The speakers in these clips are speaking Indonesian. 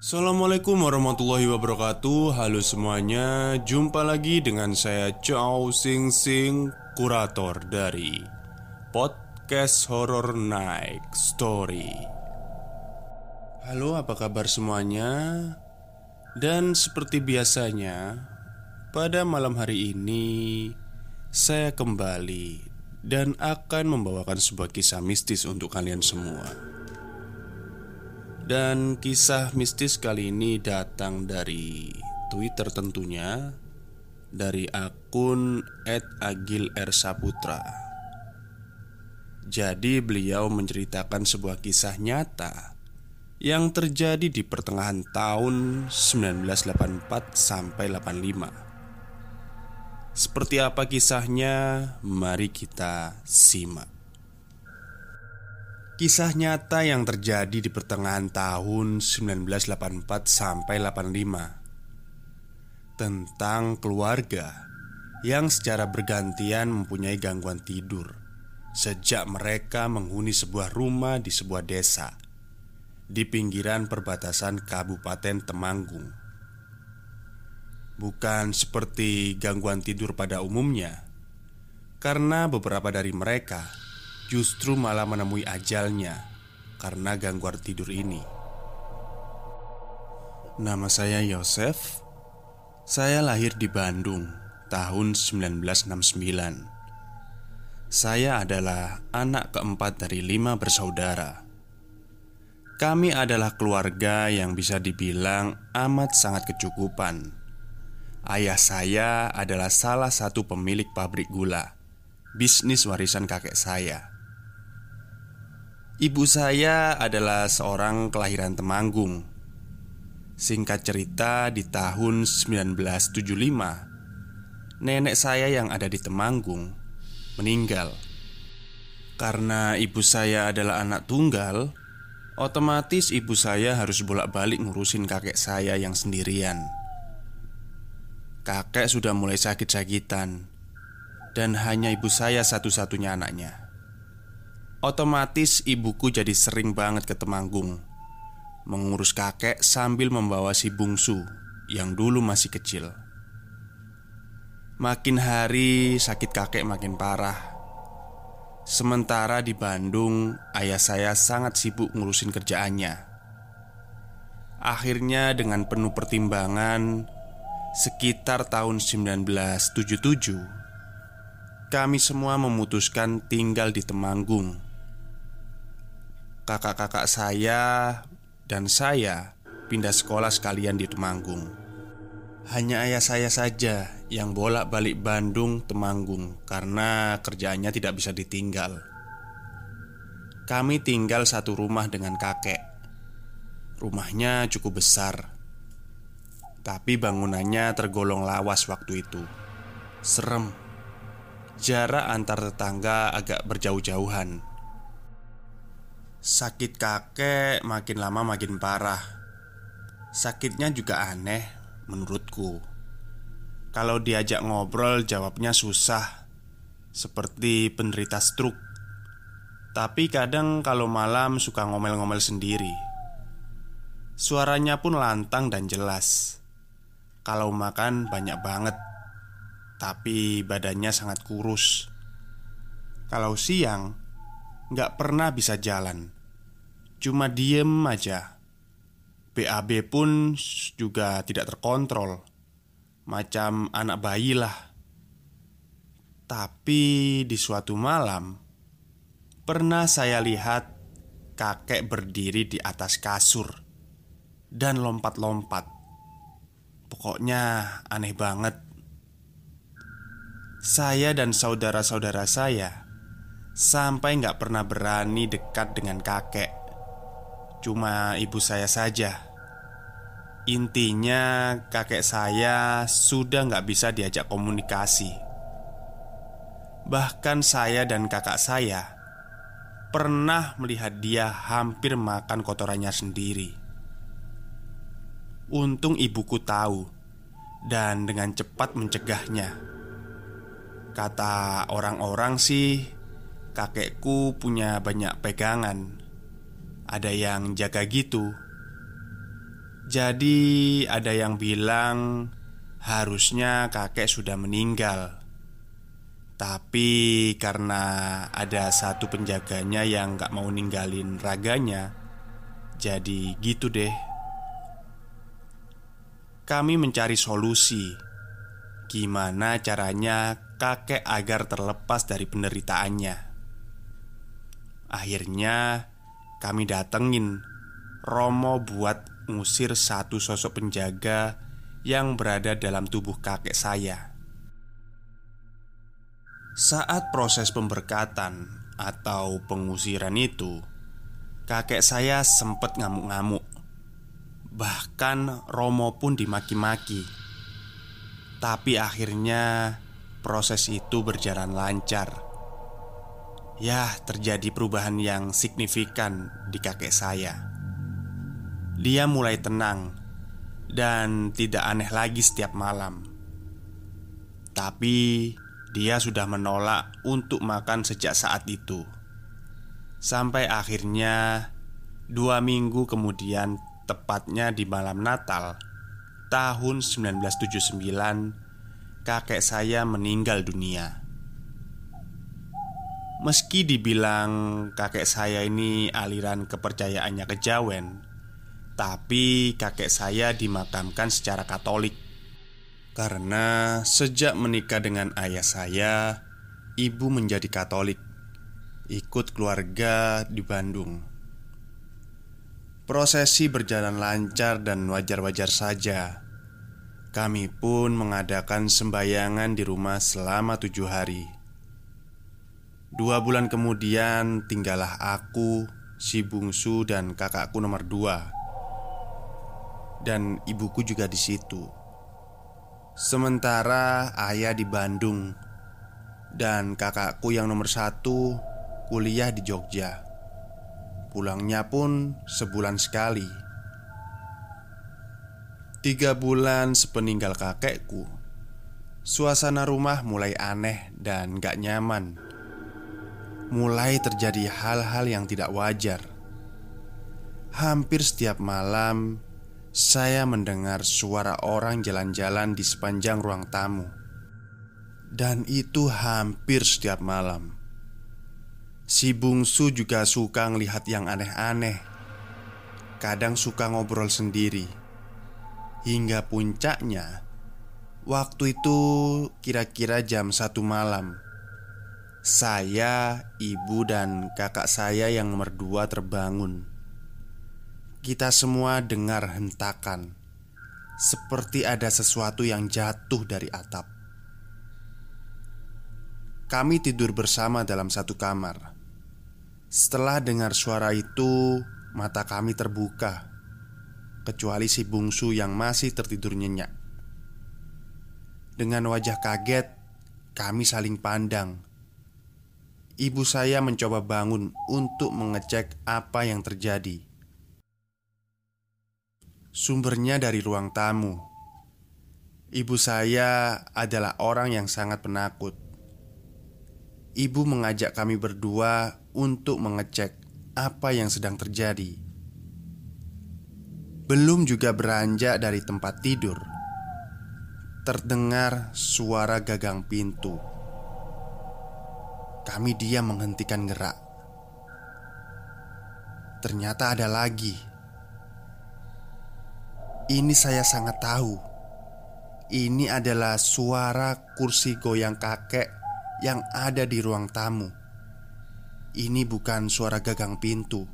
Assalamualaikum warahmatullahi wabarakatuh. Halo semuanya, jumpa lagi dengan saya Chow Sing Sing, kurator dari Podcast Horror Night Story. Halo, apa kabar semuanya? Dan seperti biasanya, pada malam hari ini saya kembali dan akan membawakan sebuah kisah mistis untuk kalian semua. Dan kisah mistis kali ini datang dari Twitter tentunya, dari akun @agil_r_saputra. Jadi beliau menceritakan sebuah kisah nyata yang terjadi di pertengahan tahun 1984 sampai 85. Seperti apa kisahnya? Mari kita simak. Kisah nyata yang terjadi di pertengahan tahun 1984 sampai 85 tentang keluarga yang secara bergantian mempunyai gangguan tidur sejak mereka menghuni sebuah rumah di sebuah desa di pinggiran perbatasan Kabupaten Temanggung. Bukan seperti gangguan tidur pada umumnya, karena beberapa dari mereka justru malah menemui ajalnya karena gangguan tidur ini. Nama saya Yosef. Saya lahir di Bandung tahun 1969. Saya adalah anak keempat dari 5 bersaudara. Kami adalah keluarga yang bisa dibilang amat sangat kecukupan. Ayah saya adalah salah satu pemilik pabrik gula, bisnis warisan kakek saya. Ibu saya adalah seorang kelahiran Temanggung. Singkat cerita, di tahun 1975, nenek saya yang ada di Temanggung meninggal. Karena ibu saya adalah anak tunggal, otomatis ibu saya harus bolak-balik ngurusin kakek saya yang sendirian. Kakek sudah mulai sakit-sakitan, dan hanya ibu saya satu-satunya anaknya. Otomatis ibuku jadi sering banget ke Temanggung mengurus kakek sambil membawa si bungsu yang dulu masih kecil. Makin hari sakit kakek makin parah. Sementara di Bandung, ayah saya sangat sibuk ngurusin kerjaannya. Akhirnya dengan penuh pertimbangan, sekitar tahun 1977, kami semua memutuskan tinggal di Temanggung. Kakak-kakak saya dan saya pindah sekolah sekalian di Temanggung. Hanya ayah saya saja yang bolak-balik Bandung Temanggung karena kerjaannya tidak bisa ditinggal. Kami tinggal satu rumah dengan kakek. Rumahnya cukup besar, tapi bangunannya tergolong lawas waktu itu. Serem. Jarak antar tetangga agak berjauh-jauhan. Sakit kakek makin lama makin parah. Sakitnya juga aneh menurutku. Kalau diajak ngobrol jawabnya susah, seperti penderita stroke. Tapi kadang kalau malam suka ngomel-ngomel sendiri. Suaranya pun lantang dan jelas. Kalau makan banyak banget, tapi badannya sangat kurus. Kalau siang nggak pernah bisa jalan, cuma diem aja. BAB pun juga tidak terkontrol, macam anak bayi lah. Tapi di suatu malam, pernah saya lihat kakek berdiri di atas kasur dan lompat-lompat. Pokoknya aneh banget. Saya dan saudara-saudara saya sampai nggak pernah berani dekat dengan kakek. Cuma ibu saya saja. Intinya kakek saya sudah nggak bisa diajak komunikasi. Bahkan saya dan kakak saya pernah melihat dia hampir makan kotorannya sendiri. Untung ibuku tahu dan dengan cepat mencegahnya. Kata orang-orang sih, kakekku punya banyak pegangan. Ada yang jaga gitu. Jadi ada yang bilang harusnya kakek sudah meninggal. Tapi karena ada satu penjaganya yang gak mau ninggalin raganya, jadi gitu deh. Kami mencari solusi. Gimana caranya kakek agar terlepas dari penderitaannya. Akhirnya kami datengin Romo buat ngusir satu sosok penjaga yang berada dalam tubuh kakek saya. Saat proses pemberkatan atau pengusiran itu, kakek saya sempat ngamuk-ngamuk. Bahkan Romo pun dimaki-maki. Tapi akhirnya proses itu berjalan lancar. Ya, terjadi perubahan yang signifikan di kakek saya. Dia mulai tenang dan tidak aneh lagi setiap malam. Tapi dia sudah menolak untuk makan sejak saat itu. Sampai akhirnya 2 minggu kemudian, tepatnya di malam Natal tahun 1979, kakek saya meninggal dunia. Meski dibilang kakek saya ini aliran kepercayaannya kejawen, tapi kakek saya dimakamkan secara Katolik. Karena sejak menikah dengan ayah saya, ibu menjadi Katolik, ikut keluarga di Bandung. Prosesi berjalan lancar dan wajar-wajar saja. Kami pun mengadakan sembahyangan di rumah selama 7 hari. 2 bulan kemudian tinggallah aku, si bungsu dan kakakku nomor 2. Dan ibuku juga di situ. Sementara ayah di Bandung dan kakakku yang nomor 1 kuliah di Jogja. Pulangnya pun sebulan sekali. 3 bulan sepeninggal kakekku, suasana rumah mulai aneh dan gak nyaman. Mulai terjadi hal-hal yang tidak wajar. Hampir setiap malam saya mendengar suara orang jalan-jalan di sepanjang ruang tamu. Dan itu hampir setiap malam. Si bungsu juga suka ngelihat yang aneh-aneh. Kadang suka ngobrol sendiri. Hingga puncaknya, waktu itu kira-kira jam 1 malam, saya, ibu, dan kakak saya yang nomor 2 terbangun. Kita semua dengar hentakan, seperti ada sesuatu yang jatuh dari atap. Kami tidur bersama dalam satu kamar. Setelah dengar suara itu, mata kami terbuka, kecuali si bungsu yang masih tertidur nyenyak. Dengan wajah kaget, kami saling pandang. Ibu saya mencoba bangun untuk mengecek apa yang terjadi. Sumbernya dari ruang tamu. Ibu saya adalah orang yang sangat penakut. Ibu mengajak kami berdua untuk mengecek apa yang sedang terjadi. Belum juga beranjak dari tempat tidur, terdengar suara gagang pintu. Kami diam menghentikan gerak. Ternyata ada lagi. Ini saya sangat tahu. Ini adalah suara kursi goyang kakek yang ada di ruang tamu. Ini bukan suara gagang pintu.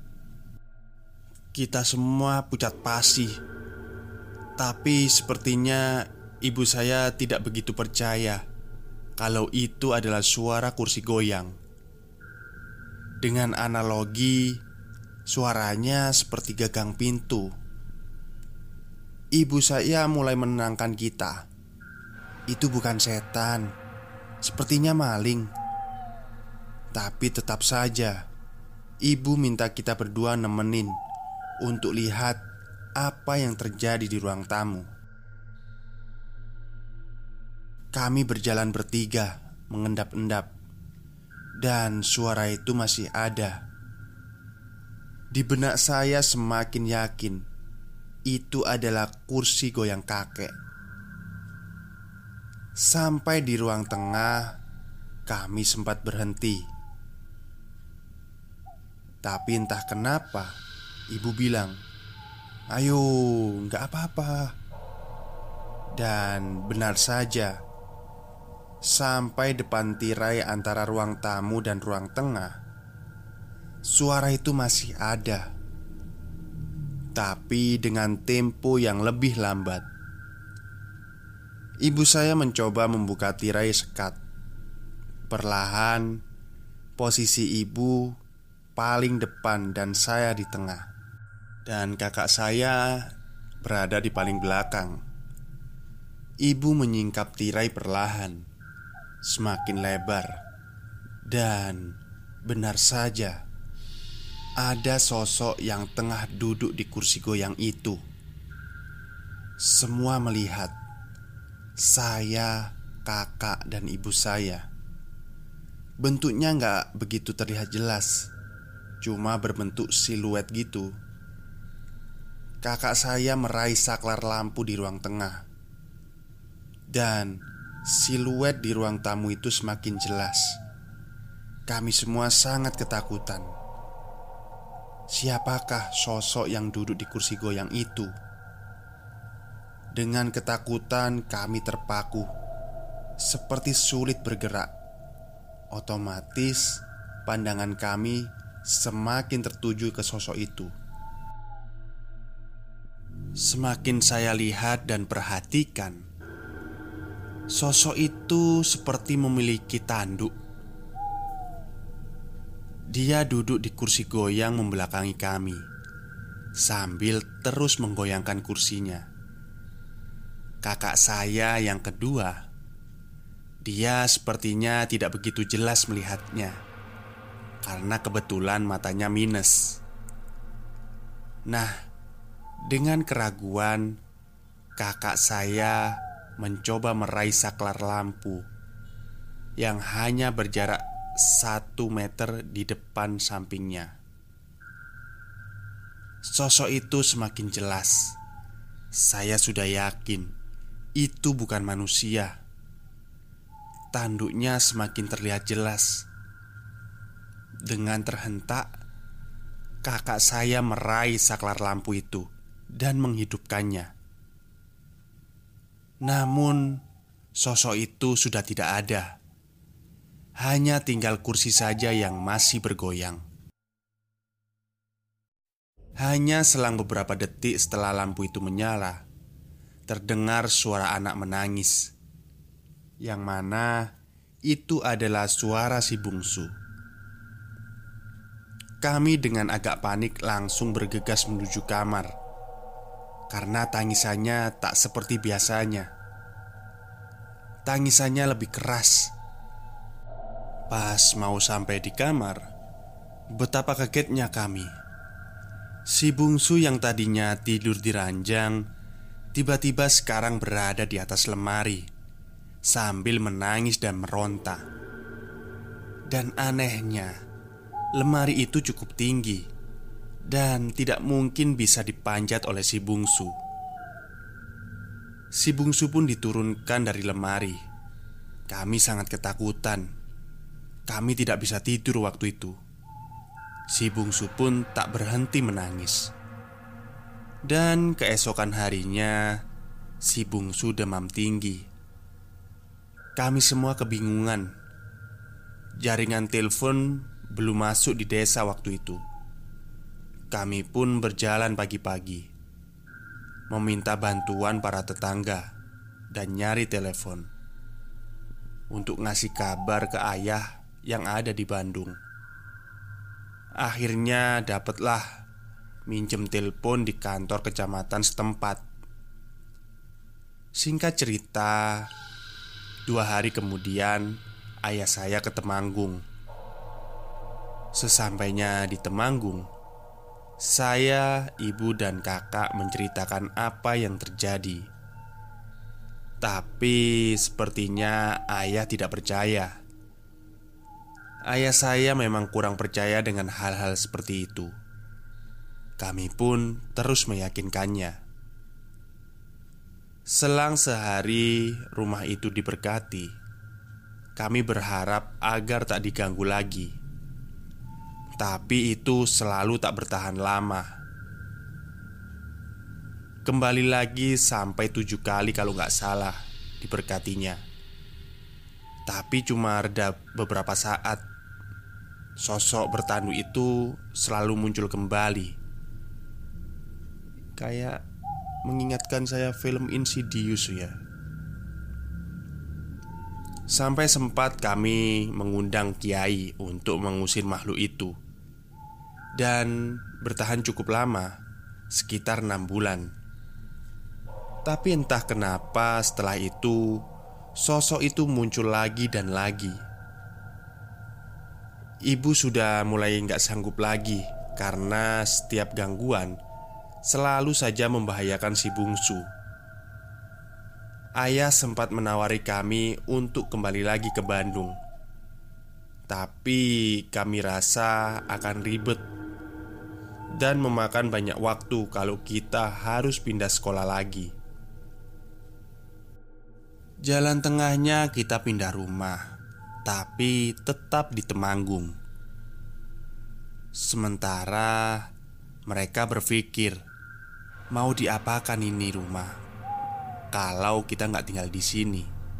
Kita semua pucat pasi. Tapi sepertinya ibu saya tidak begitu percaya kalau itu adalah suara kursi goyang. Dengan analogi, suaranya seperti gagang pintu. Ibu saya mulai menenangkan kita. Itu bukan setan, sepertinya maling. Tapi tetap saja ibu minta kita berdua nemenin untuk lihat apa yang terjadi di ruang tamu. Kami berjalan bertiga, mengendap-endap. Dan suara itu masih ada. Di benak saya semakin yakin itu adalah kursi goyang kakek. Sampai di ruang tengah, kami sempat berhenti. Tapi entah kenapa, ibu bilang, "Ayo, nggak apa-apa." Dan benar saja, sampai depan tirai antara ruang tamu dan ruang tengah, suara itu masih ada, tapi dengan tempo yang lebih lambat. Ibu saya mencoba membuka tirai sekat. Perlahan, posisi ibu paling depan dan saya di tengah, dan kakak saya berada di paling belakang. Ibu menyingkap tirai perlahan, semakin lebar. Dan benar saja, ada sosok yang tengah duduk di kursi goyang itu. Semua melihat, saya, kakak, dan ibu saya. Bentuknya nggak begitu terlihat jelas, cuma berbentuk siluet gitu. Kakak saya meraih saklar lampu di ruang tengah, dan siluet di ruang tamu itu semakin jelas. Kami semua sangat ketakutan. Siapakah sosok yang duduk di kursi goyang itu? Dengan ketakutan kami terpaku, seperti sulit bergerak. Otomatis pandangan kami semakin tertuju ke sosok itu. Semakin saya lihat dan perhatikan, sosok itu seperti memiliki tanduk. Dia duduk di kursi goyang membelakangi kami, sambil terus menggoyangkan kursinya. Kakak saya yang kedua, dia sepertinya tidak begitu jelas melihatnya, karena kebetulan matanya minus. Nah, dengan keraguan, kakak saya mencoba meraih saklar lampu yang hanya berjarak 1 meter di depan sampingnya. Sosok itu semakin jelas. Saya sudah yakin itu bukan manusia. Tanduknya semakin terlihat jelas. Dengan terhentak, kakak saya meraih saklar lampu itu dan menghidupkannya. Namun, sosok itu sudah tidak ada. Hanya tinggal kursi saja yang masih bergoyang. Hanya selang beberapa detik setelah lampu itu menyala, terdengar suara anak menangis, yang mana itu adalah suara si bungsu. Kami dengan agak panik langsung bergegas menuju kamar, karena tangisannya tak seperti biasanya. Tangisannya lebih keras. Pas mau sampai di kamar, betapa kagetnya kami. Si bungsu yang tadinya tidur di ranjang tiba-tiba sekarang berada di atas lemari sambil menangis dan meronta. Dan anehnya, lemari itu cukup tinggi dan tidak mungkin bisa dipanjat oleh si bungsu. Si bungsu pun diturunkan dari lemari. Kami sangat ketakutan. Kami tidak bisa tidur waktu itu. Si bungsu pun tak berhenti menangis. Dan keesokan harinya, si bungsu demam tinggi. Kami semua kebingungan. Jaringan telepon belum masuk di desa waktu itu. Kami pun berjalan pagi-pagi, meminta bantuan para tetangga dan nyari telepon untuk ngasih kabar ke ayah yang ada di Bandung. Akhirnya dapatlah minjem telepon di kantor kecamatan setempat. Singkat cerita, 2 hari kemudian ayah saya ke Temanggung. Sesampainya di Temanggung, saya, ibu, dan kakak menceritakan apa yang terjadi. Tapi sepertinya ayah tidak percaya. Ayah saya memang kurang percaya dengan hal-hal seperti itu. Kami pun terus meyakinkannya. Selang sehari rumah itu diberkati. Kami berharap agar tak diganggu lagi. Tapi itu selalu tak bertahan lama. Kembali lagi sampai 7 kali kalau nggak salah diberkatinya. Tapi cuma reda beberapa saat. Sosok bertanduk itu selalu muncul kembali. Kayak mengingatkan saya film Insidious ya. Sampai sempat kami mengundang kiai untuk mengusir makhluk itu. Dan bertahan cukup lama, sekitar 6 bulan. Tapi entah kenapa setelah itu sosok itu muncul lagi dan lagi. Ibu sudah mulai nggak sanggup lagi karena setiap gangguan selalu saja membahayakan si bungsu. Ayah sempat menawari kami untuk kembali lagi ke Bandung. Tapi kami rasa akan ribet dan memakan banyak waktu kalau kita harus pindah sekolah lagi. Jalan tengahnya kita pindah rumah, tapi tetap di Temanggung. Sementara mereka berpikir, mau diapakan ini rumah kalau kita nggak tinggal di sini.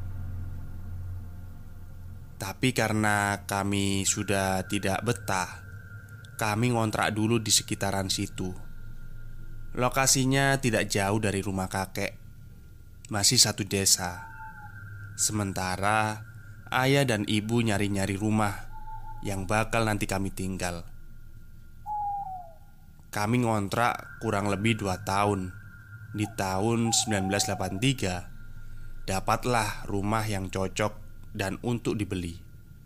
Tapi karena kami sudah tidak betah, kami ngontrak dulu di sekitaran situ. Lokasinya tidak jauh dari rumah kakek, masih satu desa. Sementara ayah dan ibu nyari-nyari rumah yang bakal nanti kami tinggal. Kami ngontrak kurang lebih 2 tahun. Di tahun 1983 dapatlah rumah yang cocok dan untuk dibeli.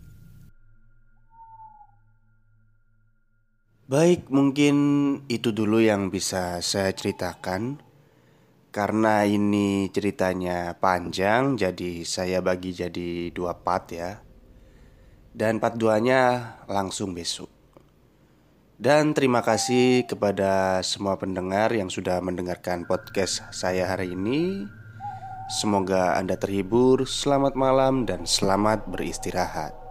Baik, mungkin itu dulu yang bisa saya ceritakan. Karena ini ceritanya panjang, jadi saya bagi jadi 2 part ya. Dan part 2-nya langsung besok. Dan terima kasih kepada semua pendengar yang sudah mendengarkan podcast saya hari ini. Semoga Anda terhibur, selamat malam dan selamat beristirahat.